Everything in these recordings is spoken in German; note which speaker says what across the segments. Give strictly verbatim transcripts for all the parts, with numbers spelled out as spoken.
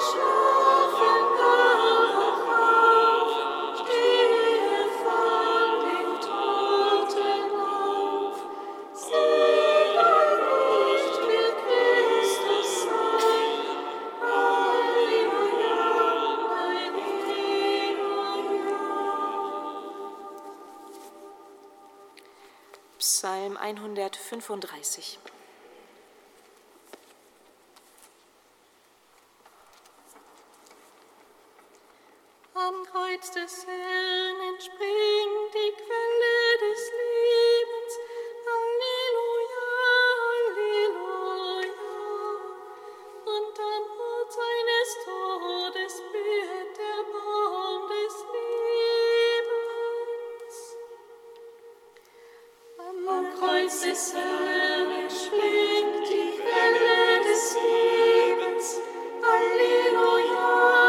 Speaker 1: Psalm hundertfünfunddreißig.
Speaker 2: Am Kreuz des Herrn entspringt die Quelle des Lebens. Halleluja, Halleluja. Und am Ort seines Todes blüht der Baum des Lebens. Am Kreuz des Herrn entspringt die Quelle des Lebens. Halleluja.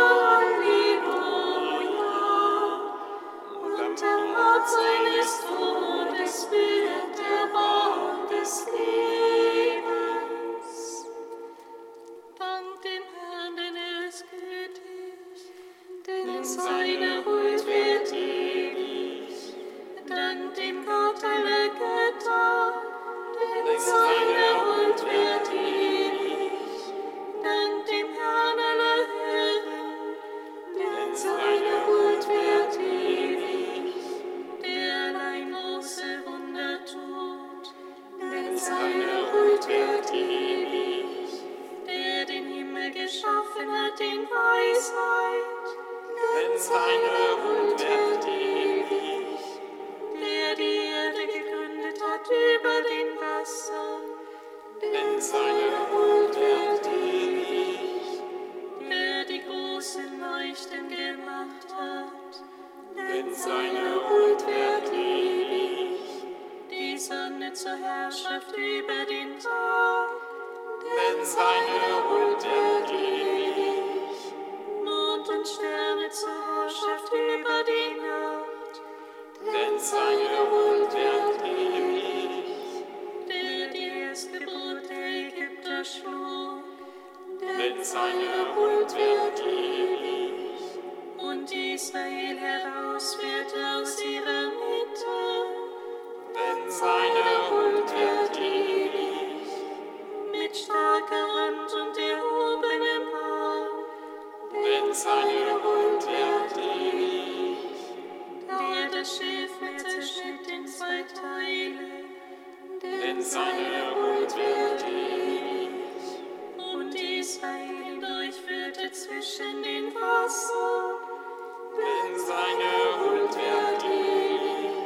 Speaker 2: Seines Todes wird der Baum des Lebens. Dank dem Herrn, denn er ist gütig, denn seine Huld wird ewig. Dank dem Gott aller Götter, denn seine Huld wird ewig. Dank dem Herrn aller Herren, denn seine Huld wird ewig. Seine Huld wird ewig, der den Himmel geschaffen hat in Weisheit, denn seine Huld wird ewig, der die Erde gegründet hat über den Wassern, denn seine Huld wird ewig, der die großen Leuchten gemacht hat, denn seine Huld wird ewig. Die Sonne zur Herrschaft über den Tag, denn seine Huld wird ewig. Mond und Sterne zur Herrschaft über die Nacht, denn seine Huld wird ewig. Der die Erstgeburt der Ägypter schlug, denn seine Huld wird ewig. Und Israel herausführte aus ihrer Mitte, denn seine Huld wird ewig, mit starker Hand und erhobenem Arm, denn seine Huld wird ewig, der das Schilfmeer zerschnitt in zwei Teile, denn seine Huld wird ewig, und Israel hindurchführte zwischen den Wassern, denn seine Huld wird ewig.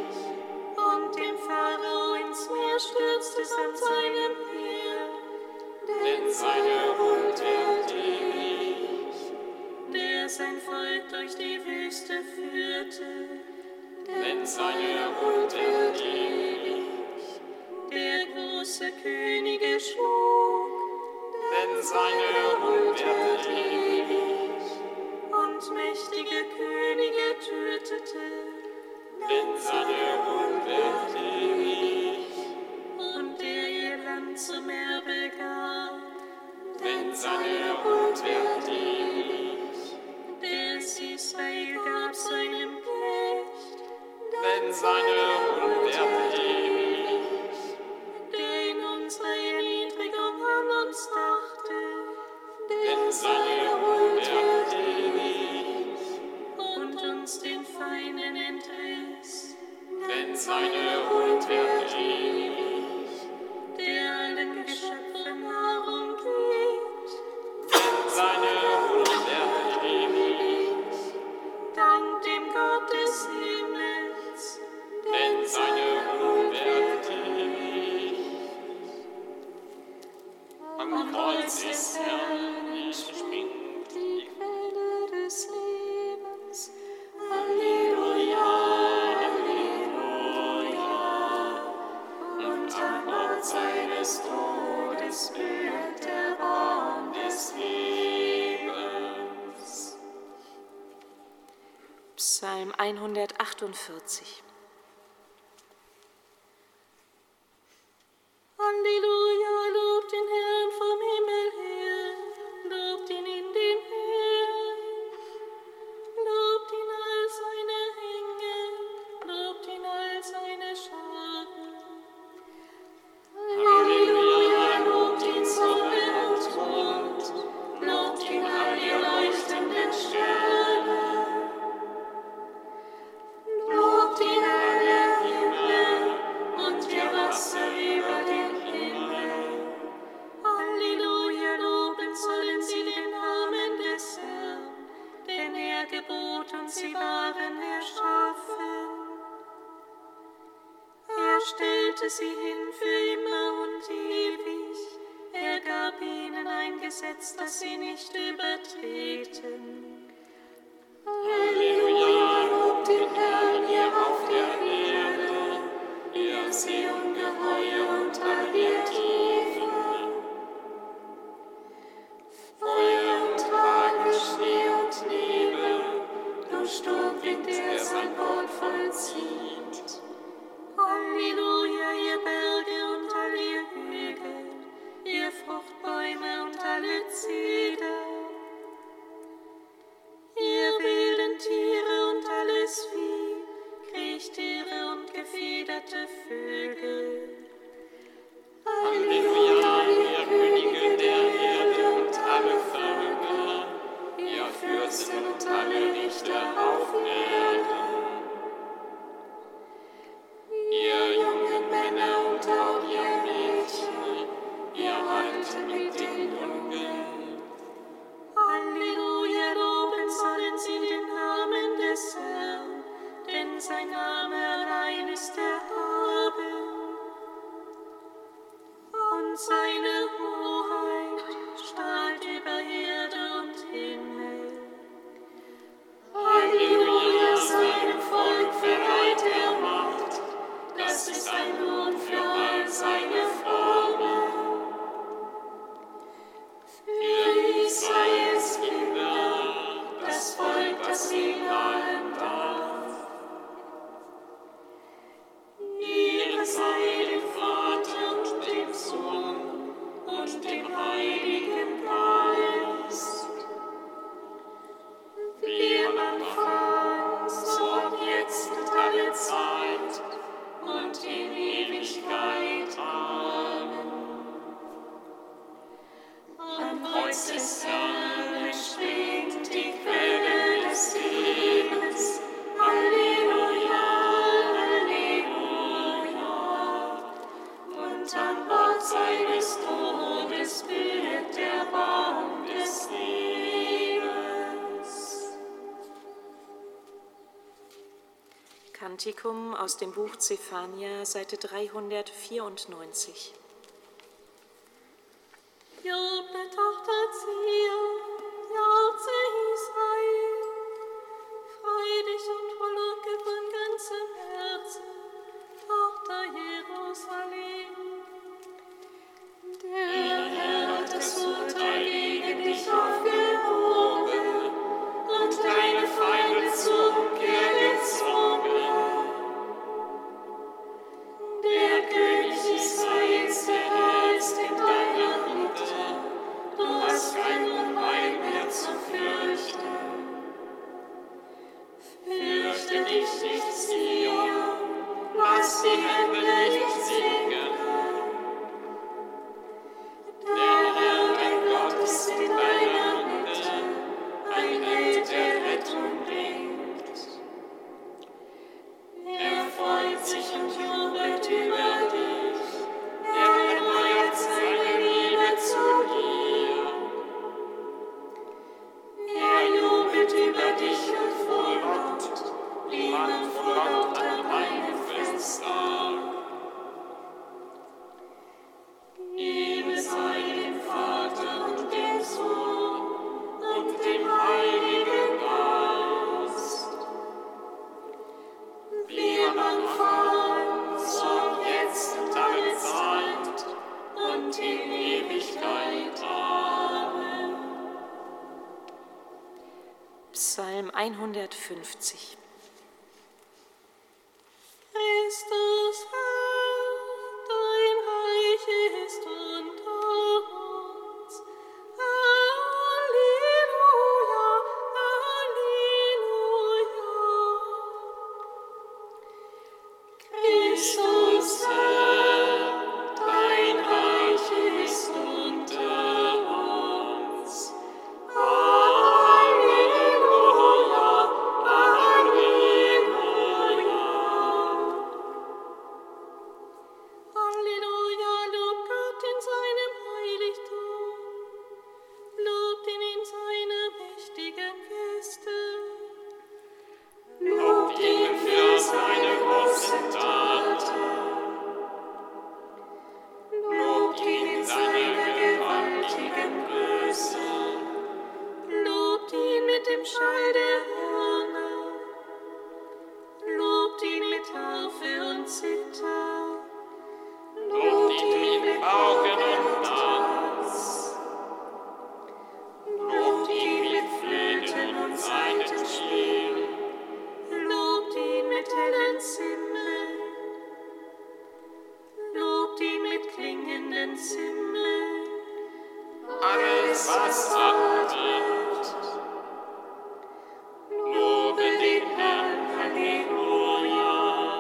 Speaker 2: Pharao ins Meer stürzte samt seinem Heer, denn seine Huld wird ewig. Der sein Volk durch die Wüste führte, denn seine Huld wird ewig. Der große Könige schlug, denn seine Huld wird ewig. Und mächtige Könige tötete, denn seine Huld wird ewig. Und der ihr Land zum Erbe gab, denn seine Huld wird ewig. Der es Israel gab seinem Knecht, denn seine Huld wird ewig. Der in unserer Erniedrigung an uns dachte, denn seine Huld wird ewig. Und uns den Feinden entriss, denn seine Huld wird ewig, der allen Geschöpfen Nahrung gibt, denn seine Huld wird ewig. Dank dem Gott des Himmels, denn seine Huld wird ewig. Am Kreuz des Herrn entspringt die Quelle des Lebens. Halleluja. Seines Todes blüht der Baum des Lebens.
Speaker 1: Psalm hundertachtundvierzig.
Speaker 2: Halleluja, lobt den Herrn vom Himmel her, lobt ihn in den Höhen. und sie waren erschaffen. Er stellte sie hin für immer und ewig. Er gab ihnen ein Gesetz, das sie nicht übertreten.
Speaker 3: Halleluja, lobt den Herrn hier auf der Erde, ihr Seeungeheuer und all ihr Tiefen. Feuer und Hagel, Schnee und Nebel, du Sturmwind, der sein Wort vollzieht.
Speaker 2: Halleluja, ihr Berge und all ihr Hügel, ihr Fruchtbäume und alle Zeder, ihr wilden Tiere und alles Vieh, Kriechtiere und gefiederte Vögel.
Speaker 3: Halleluja, ihr Könige der Erde und alle Völker, ihr Fürsten und alle Richter auf Erden. Ihr jungen Männer und auch ihr Mädchen, ihr Alten mit den Jungen.
Speaker 2: Halleluja, loben sollen sie den Namen des Herrn, denn sein Name allein ist erhaben. Und seine Hoheit strahlt über Erde und Himmel.
Speaker 3: Halleluja, seinem Volk verleiht er Macht, das ist ein Lohn für all seine Formen. Für Israels Kinder, das Volk, das ihn nahen darf. Ehre sei dem Vater und dem Sohn und dem Heiligen Geist. Wie am Anfang, so auch jetzt und alle Zeit und in Ewigkeit. Amen. Am Kreuz des Herrn entspringt die Quelle des Lebens. Halleluja, Halleluja. Und an Bord seines Todes blüht der Baum des Lebens.
Speaker 1: Kantikum aus dem Buch Zephania, Seite dreihundertvierundneunzig.
Speaker 2: Jubelt Tochter Zion, jauchze Israel, freu dich und frohlocke von ganzem Herzen, Tochter Jerusalem. Der Herr hat das Urteil gegen dich aufgehoben und deine Feinde zur Umkehr gezogen. Der König Israels, der Herr, ist in deiner Mitte. Du hast kein Unheil mehr zu fürchten. Fürchte dich nicht, Zion, lass die Hände nicht sinken. Der Herr, dein Gott, ist in deiner Mitte, ein Held, der Rettung bringt. Er freut sich und jubelt über dich, er erneuert seine Liebe zu dir. Er jubelt über dich und frohlockt, wie man frohlockt an einem Festtag. Ehre sei dem Vater und dem Sohn und dem Heiligen Geist. Wie am Anfang, so auch jetzt und alle Zeit und in Ewigkeit. Amen.
Speaker 1: Psalm hundertfünfzig.
Speaker 2: Christus, Herr, dein Reich ist unter uns. Halleluja, Halleluja. Christus, Herr, dein Reich ist unter uns. Halleluja, Halleluja.
Speaker 3: alles, was atmet. Lobe den Herrn, Halleluja.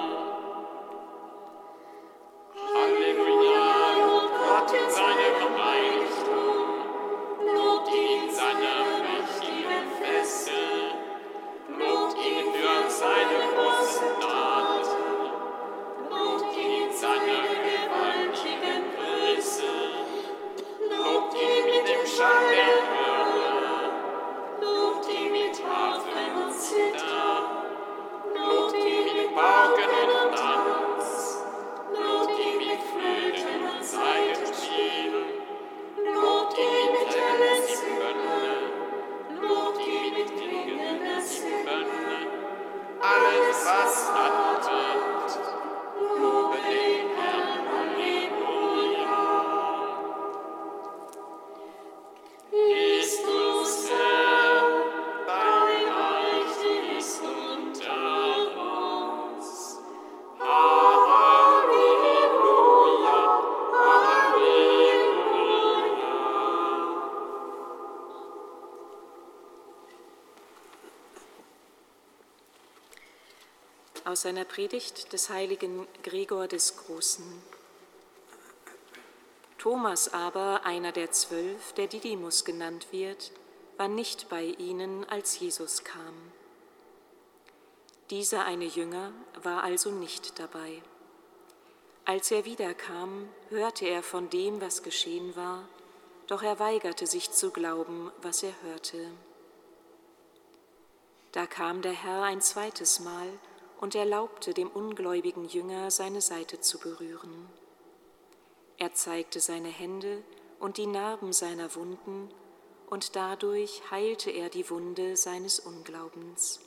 Speaker 3: Halleluja, lobt Gott in seinem Reichtum, lobt ihn in seiner mächtigen Feste, lobt ihn für seine großen Taten, lobt ihn in seiner gewaltigen Größe, lobt ihn mit dem Schall der Hörner, lobt ihn mit Harfen und Zither, lobt ihn mit Pauken und Tanz, lobt ihn mit Flöten und Saitenspiel, lobt ihn mit hellen Zimbeln, lobt ihn mit klingenden Zimbeln. Alles, was atmet, lobe den Herrn, Halleluja. Christus Herr, dein Reich ist unter uns. Halleluja, Halleluja.
Speaker 1: Aus einer Predigt des heiligen Gregor des Großen. Thomas aber, einer der Zwölf, der Didymus genannt wird, war nicht bei ihnen, als Jesus kam. Dieser eine Jünger war also nicht dabei. Als er wiederkam, hörte er von dem, was geschehen war, doch er weigerte sich zu glauben, was er hörte. Da kam der Herr ein zweites Mal und erlaubte dem ungläubigen Jünger, seine Seite zu berühren. Er zeigte seine Hände und die Narben seiner Wunden, und dadurch heilte er die Wunde seines Unglaubens.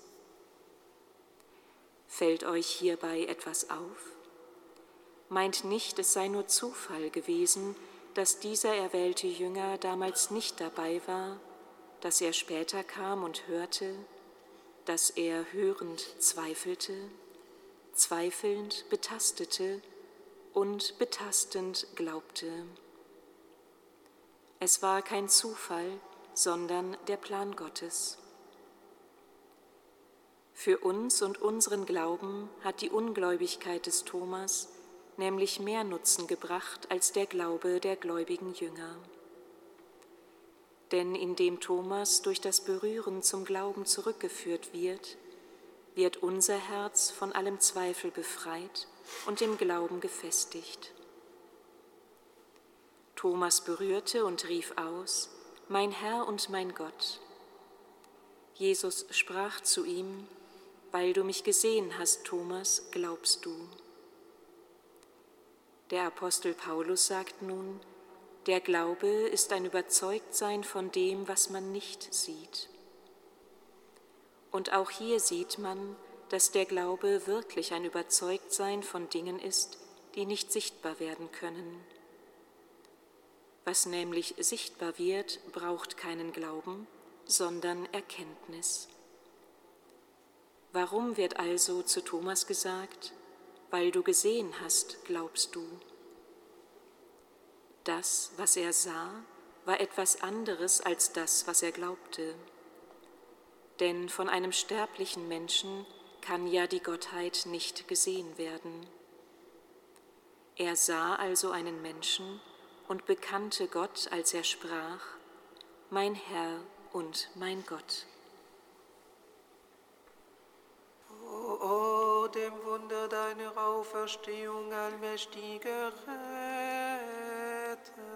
Speaker 1: Fällt euch hierbei etwas auf? Meint nicht, es sei nur Zufall gewesen, dass dieser erwählte Jünger damals nicht dabei war, dass er später kam und hörte, dass er hörend zweifelte, zweifelnd betastete und betastend glaubte. Es war kein Zufall, sondern der Plan Gottes. Für uns und unseren Glauben hat die Ungläubigkeit des Thomas nämlich mehr Nutzen gebracht als der Glaube der gläubigen Jünger. Denn indem Thomas durch das Berühren zum Glauben zurückgeführt wird, wird unser Herz von allem Zweifel befreit und im Glauben gefestigt. Thomas berührte und rief aus: Mein Herr und mein Gott. Jesus sprach zu ihm: Weil du mich gesehen hast, Thomas, glaubst du. Der Apostel Paulus sagt nun: Der Glaube ist ein Überzeugtsein von dem, was man nicht sieht. Und auch hier sieht man, dass der Glaube wirklich ein Überzeugtsein von Dingen ist, die nicht sichtbar werden können. Was nämlich sichtbar wird, braucht keinen Glauben, sondern Erkenntnis. Warum wird also zu Thomas gesagt: Weil du gesehen hast, glaubst du? Das, was er sah, war etwas anderes als das, was er glaubte. Denn von einem sterblichen Menschen kann ja die Gottheit nicht gesehen werden. Er sah also einen Menschen und bekannte Gott, als er sprach: Mein Herr und mein Gott.
Speaker 4: O, o dem Wunder deiner Auferstehung, allmächtiger Retter.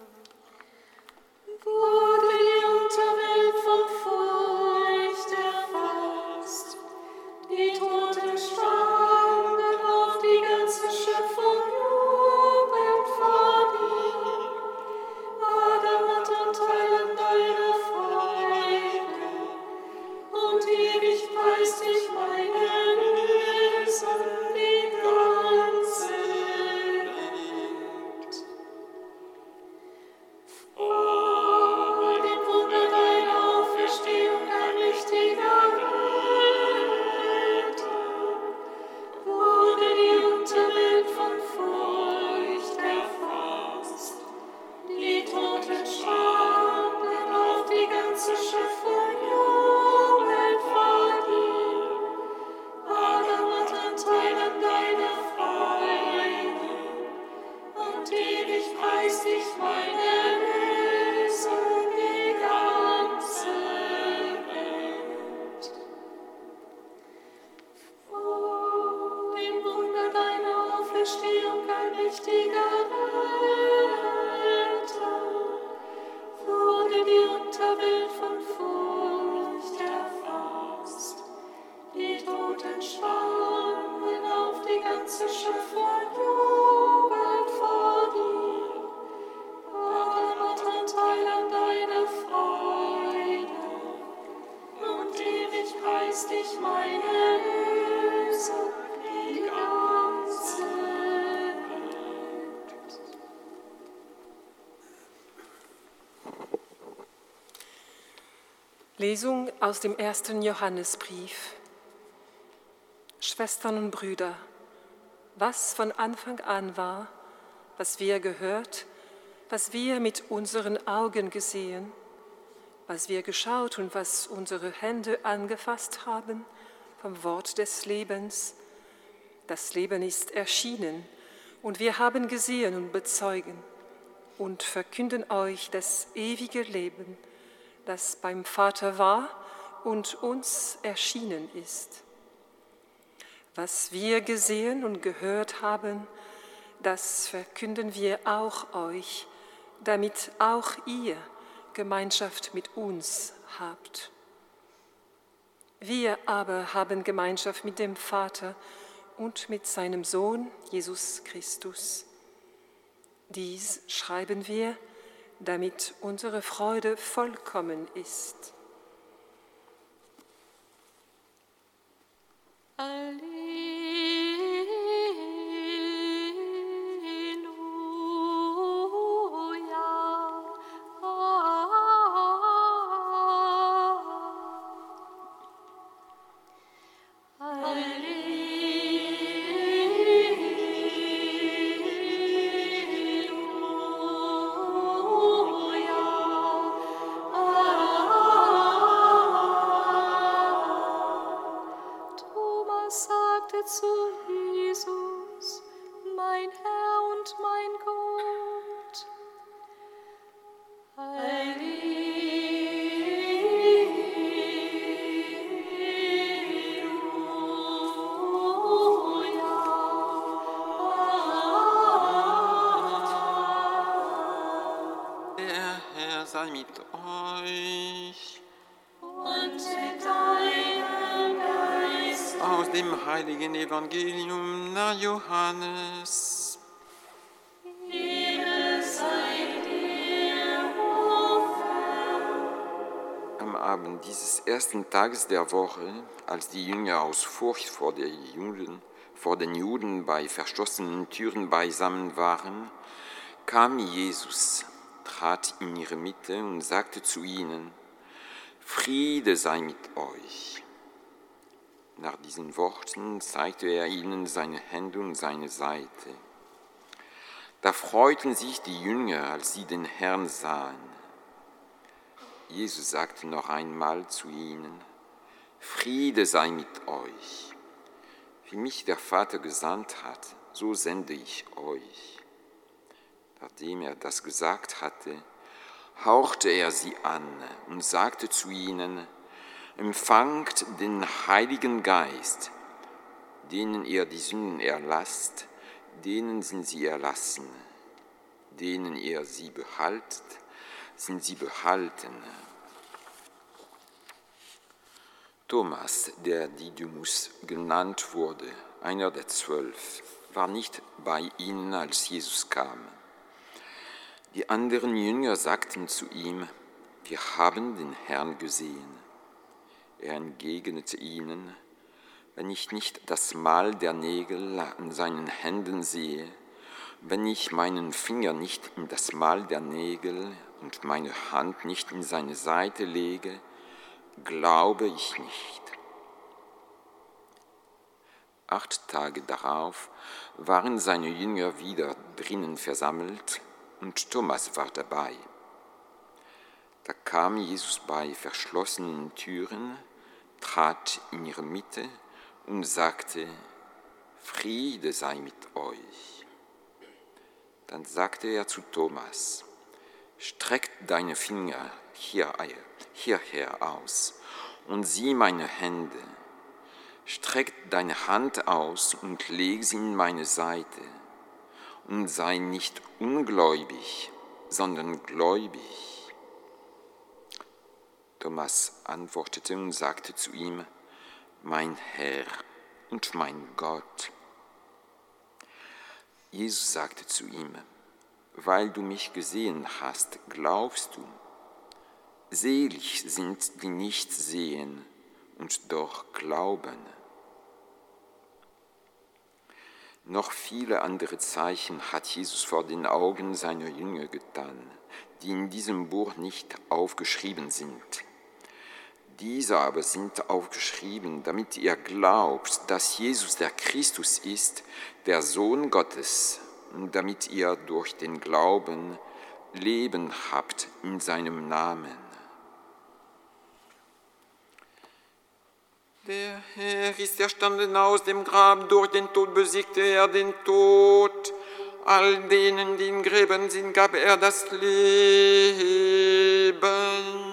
Speaker 2: Wurde die Unterwelt von Furcht erfasst, die Toten standen auf, die ganze Schöpfung jubelt vor dir. Adamant und Teilen deiner Freude, und ewig preist dich mein Erlöser, die ganze Welt. wurde die Unterwelt von Furcht erfasst. Die Toten schwangen auf, die ganze Schöpfung jubelt vor dir. Gott hat Anteil an deiner Freude, und ewig preist dich mein Erlöser, die ganze Welt.
Speaker 5: Lesung aus dem ersten Johannesbrief. Schwestern und Brüder, was von Anfang an war, was wir gehört, was wir mit unseren Augen gesehen, was wir geschaut und was unsere Hände angefasst haben vom Wort des Lebens. Das Leben ist erschienen und wir haben gesehen und bezeugen und verkünden euch das ewige Leben, das beim Vater war und uns erschienen ist. Was wir gesehen und gehört haben, das verkünden wir auch euch, damit auch ihr Gemeinschaft mit uns habt. Wir aber haben Gemeinschaft mit dem Vater und mit seinem Sohn Jesus Christus. Dies schreiben wir, damit unsere Freude vollkommen ist.
Speaker 2: Halleluja.
Speaker 6: Sei mit euch.
Speaker 2: Und mit deinem Geist.
Speaker 6: Aus dem heiligen Evangelium nach Johannes.
Speaker 2: Ehre sei dir, o Herr.
Speaker 6: Am Abend dieses ersten Tages der Woche, als die Jünger aus Furcht vor, der Juden, vor den Juden bei verschlossenen Türen beisammen waren, kam Jesus, trat in ihre Mitte und sagte zu ihnen: Friede sei mit euch. Nach diesen Worten zeigte er ihnen seine Hände und seine Seite. Da freuten sich die Jünger, als sie den Herrn sahen. Jesus sagte noch einmal zu ihnen: Friede sei mit euch. Wie mich der Vater gesandt hat, so sende ich euch. Nachdem er das gesagt hatte, hauchte er sie an und sagte zu ihnen: Empfangt den Heiligen Geist, denen ihr die Sünden erlasst, denen sind sie erlassen, denen ihr sie behaltet, sind sie behalten. Thomas, der Didymus genannt wurde, einer der Zwölf, war nicht bei ihnen, als Jesus kam. Die anderen Jünger sagten zu ihm: Wir haben den Herrn gesehen. Er entgegnete ihnen: Wenn ich nicht das Mal der Nägel an seinen Händen sehe, wenn ich meinen Finger nicht in das Mal der Nägel und meine Hand nicht in seine Seite lege, glaube ich nicht. Acht Tage darauf waren seine Jünger wieder drinnen versammelt, und Thomas war dabei. Da kam Jesus bei verschlossenen Türen, trat in ihre Mitte und sagte: Friede sei mit euch. Dann sagte er zu Thomas: Streck deine Finger hier, hierher aus und sieh meine Hände. Streck deine Hand aus und leg sie in meine Seite. Und sei nicht ungläubig, sondern gläubig. Thomas antwortete und sagte zu ihm: Mein Herr und mein Gott. Jesus sagte zu ihm: Weil du mich gesehen hast, glaubst du. Selig sind, die nicht sehen und doch glauben. Noch viele andere Zeichen hat Jesus vor den Augen seiner Jünger getan, die in diesem Buch nicht aufgeschrieben sind. Diese aber sind aufgeschrieben, damit ihr glaubt, dass Jesus der Christus ist, der Sohn Gottes, und damit ihr durch den Glauben Leben habt in seinem Namen. Der Herr ist erstanden aus dem Grab, durch den Tod besiegte er den Tod. All denen, die in Gräbern sind, gab er das Leben.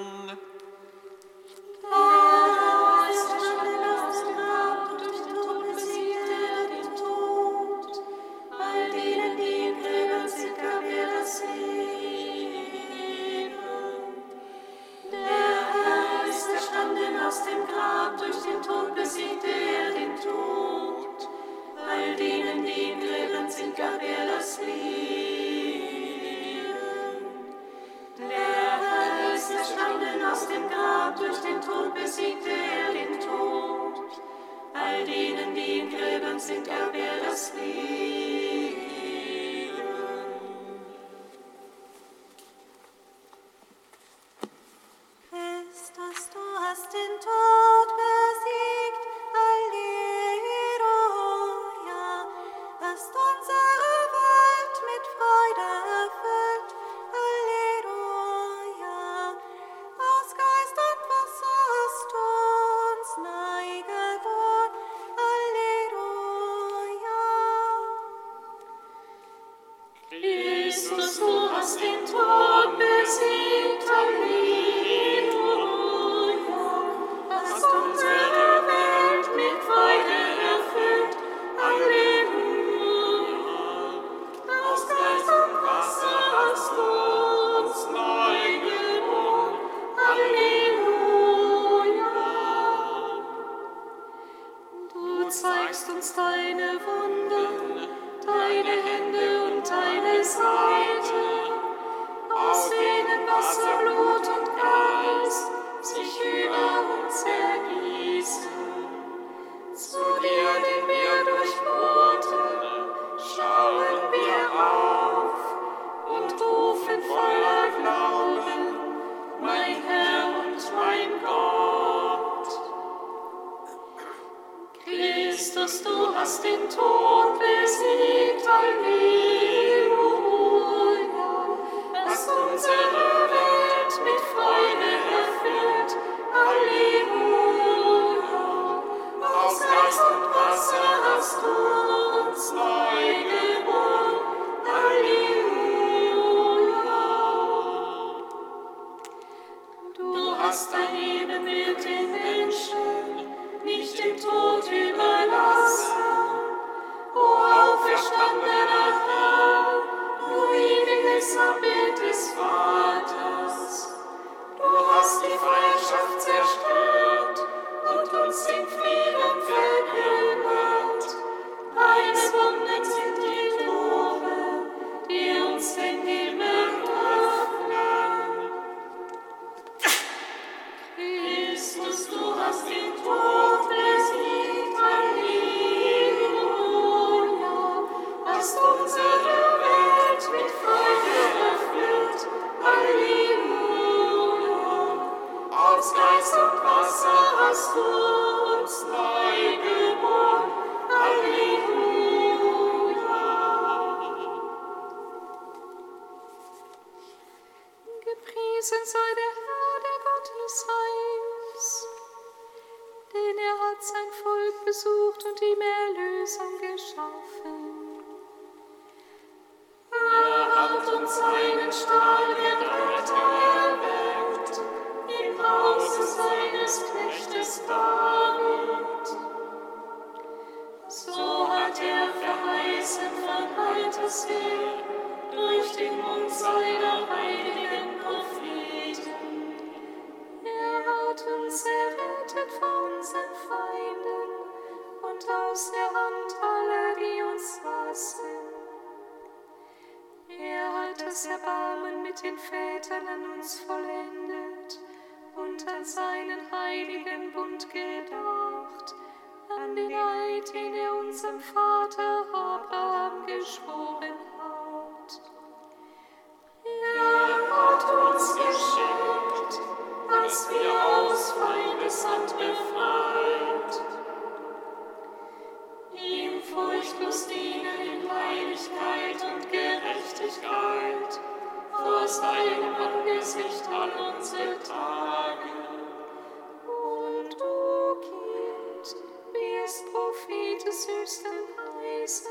Speaker 2: Gepriesen sei der Herr, der Gott des Heils, denn er hat sein Volk besucht und ihm Erlösung geschaffen.
Speaker 3: Er hat uns einen starken Retter erweckt, im Hause seines Knechtes David. So hat er verheißen von alters her, durch den Mund seiner heiligen Propheten. Er
Speaker 2: Vätern an uns vollendet und an seinen heiligen Bund gedacht, an den Eid, den er unserem Vater Abraham geschworen hat.
Speaker 3: Er hat uns geschenkt, dass wir aus Feindeshand befreit, ihm furchtlos dienen in Heiligkeit und Gerechtigkeit, vor seinem Angesicht all unsere Tage.
Speaker 2: Und du, Kind, wirst Prophet des Höchsten heißen,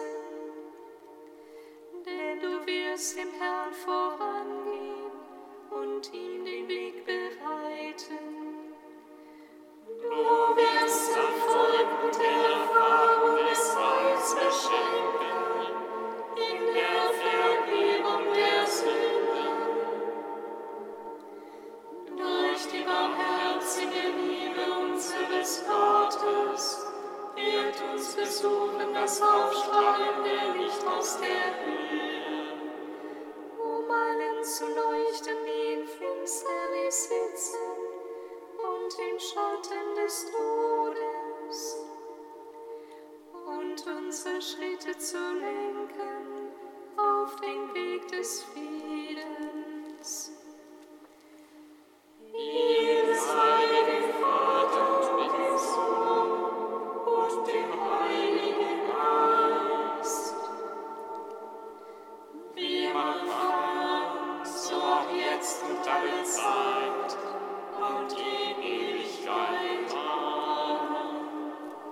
Speaker 2: denn du wirst dem Herrn vorangehen und ihm den Weg bereiten.
Speaker 3: Du wirst sein Volk mit der Erfahrung des Heils beschenken, in der Vergebung der Sünden. Durch die barmherzige Liebe unseres Gottes wird uns besuchen das aufstrahlende Licht aus der Höhe,
Speaker 2: um allen zu leuchten, die in Finsternis sitzen und im Schatten des Todes, und unsere Schritte zu lenken auf den Weg des Friedens.
Speaker 3: Ehre sei dem Vater und dem Sohn und dem Heiligen Geist, wie im Anfang, so auch jetzt und alle Zeit und in Ewigkeit. Amen.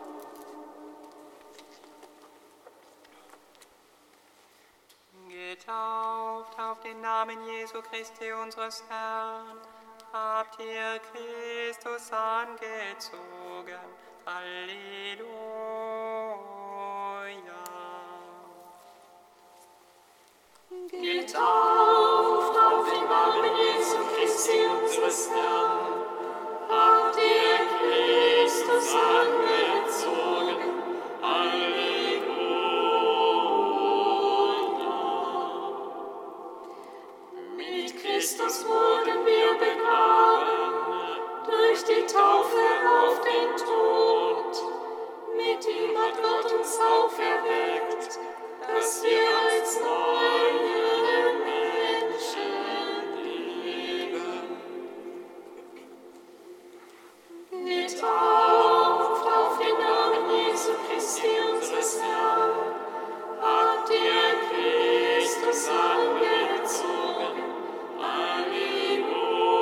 Speaker 4: Getauft auf den Namen Jesu Christi, unseres Herrn, habt ihr Christus angezogen. Halleluja.
Speaker 3: Getauft auf den Namen Jesu Christi, unseres Herrn, habt ihr Christus angezogen. Halleluja. Mit Christus wurden wir begraben, durch die Taufe auf den Tod. Mit ihm hat Gott uns auferweckt, dass wir als neue Menschen leben. Getauft auf den Namen Jesu Christi, unseres Herrn, habt ihr Christus angezogen. Halleluja.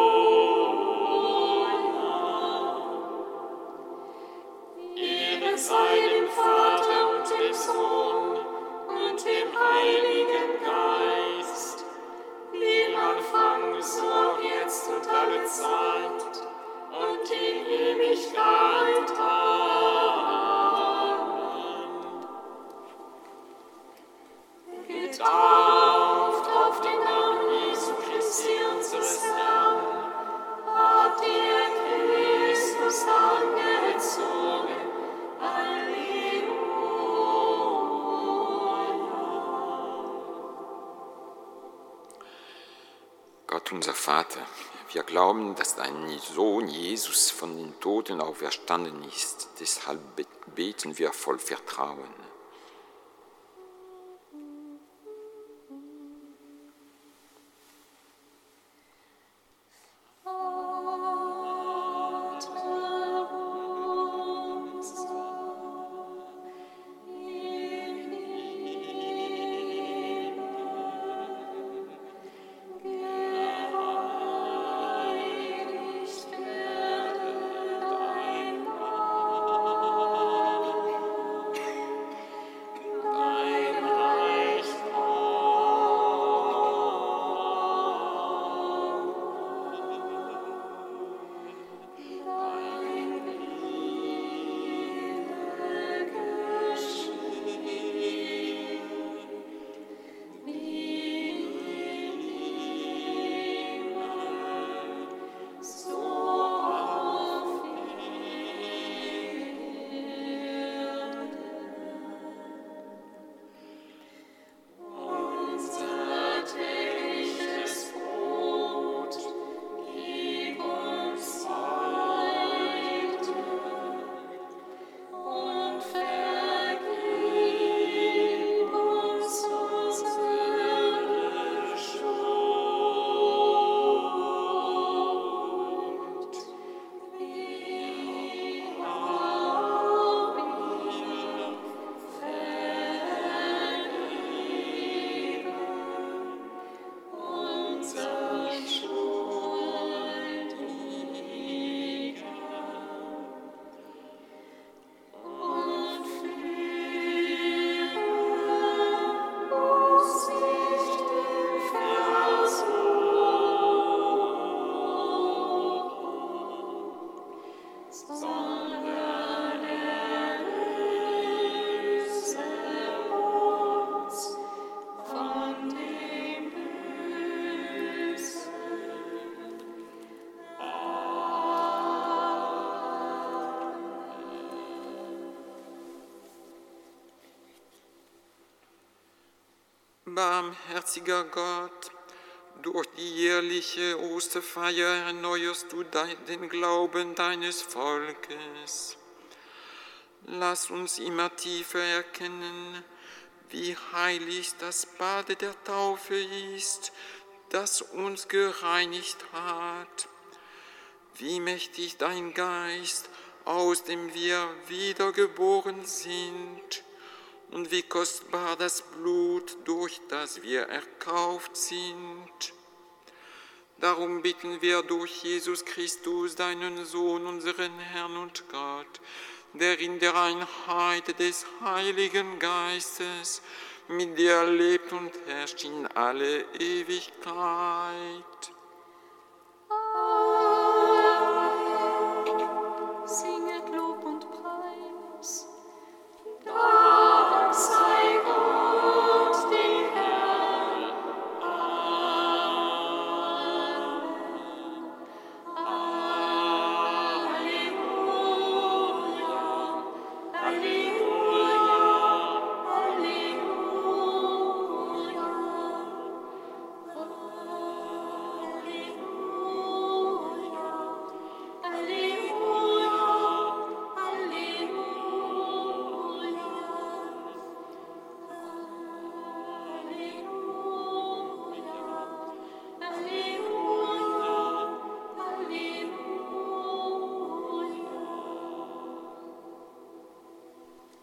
Speaker 3: Ehre sei dem Vater und dem Sohn und dem Heiligen Geist, wie im Anfang, so auch jetzt und alle Zeit und in Ewigkeit. Amen. Getauft auf den Namen Jesu Christi, unseres Herrn, habt ihr Christus angezogen. Halleluja.
Speaker 6: Gott unser Vater, wir glauben, dass dein Sohn Jesus von den Toten auferstanden ist. Deshalb beten wir voll Vertrauen.
Speaker 7: Barmherziger Gott, durch die jährliche Osterfeier erneuerst du den Glauben deines Volkes. Lass uns immer tiefer erkennen, wie heilig das Bad der Taufe ist, das uns gereinigt hat. Wie mächtig dein Geist, aus dem wir wiedergeboren sind, und wie kostbar das Blut, durch das wir erkauft sind. Darum bitten wir durch Jesus Christus, deinen Sohn, unseren Herrn und Gott, der in der Einheit des Heiligen Geistes mit dir lebt und herrscht in alle Ewigkeit.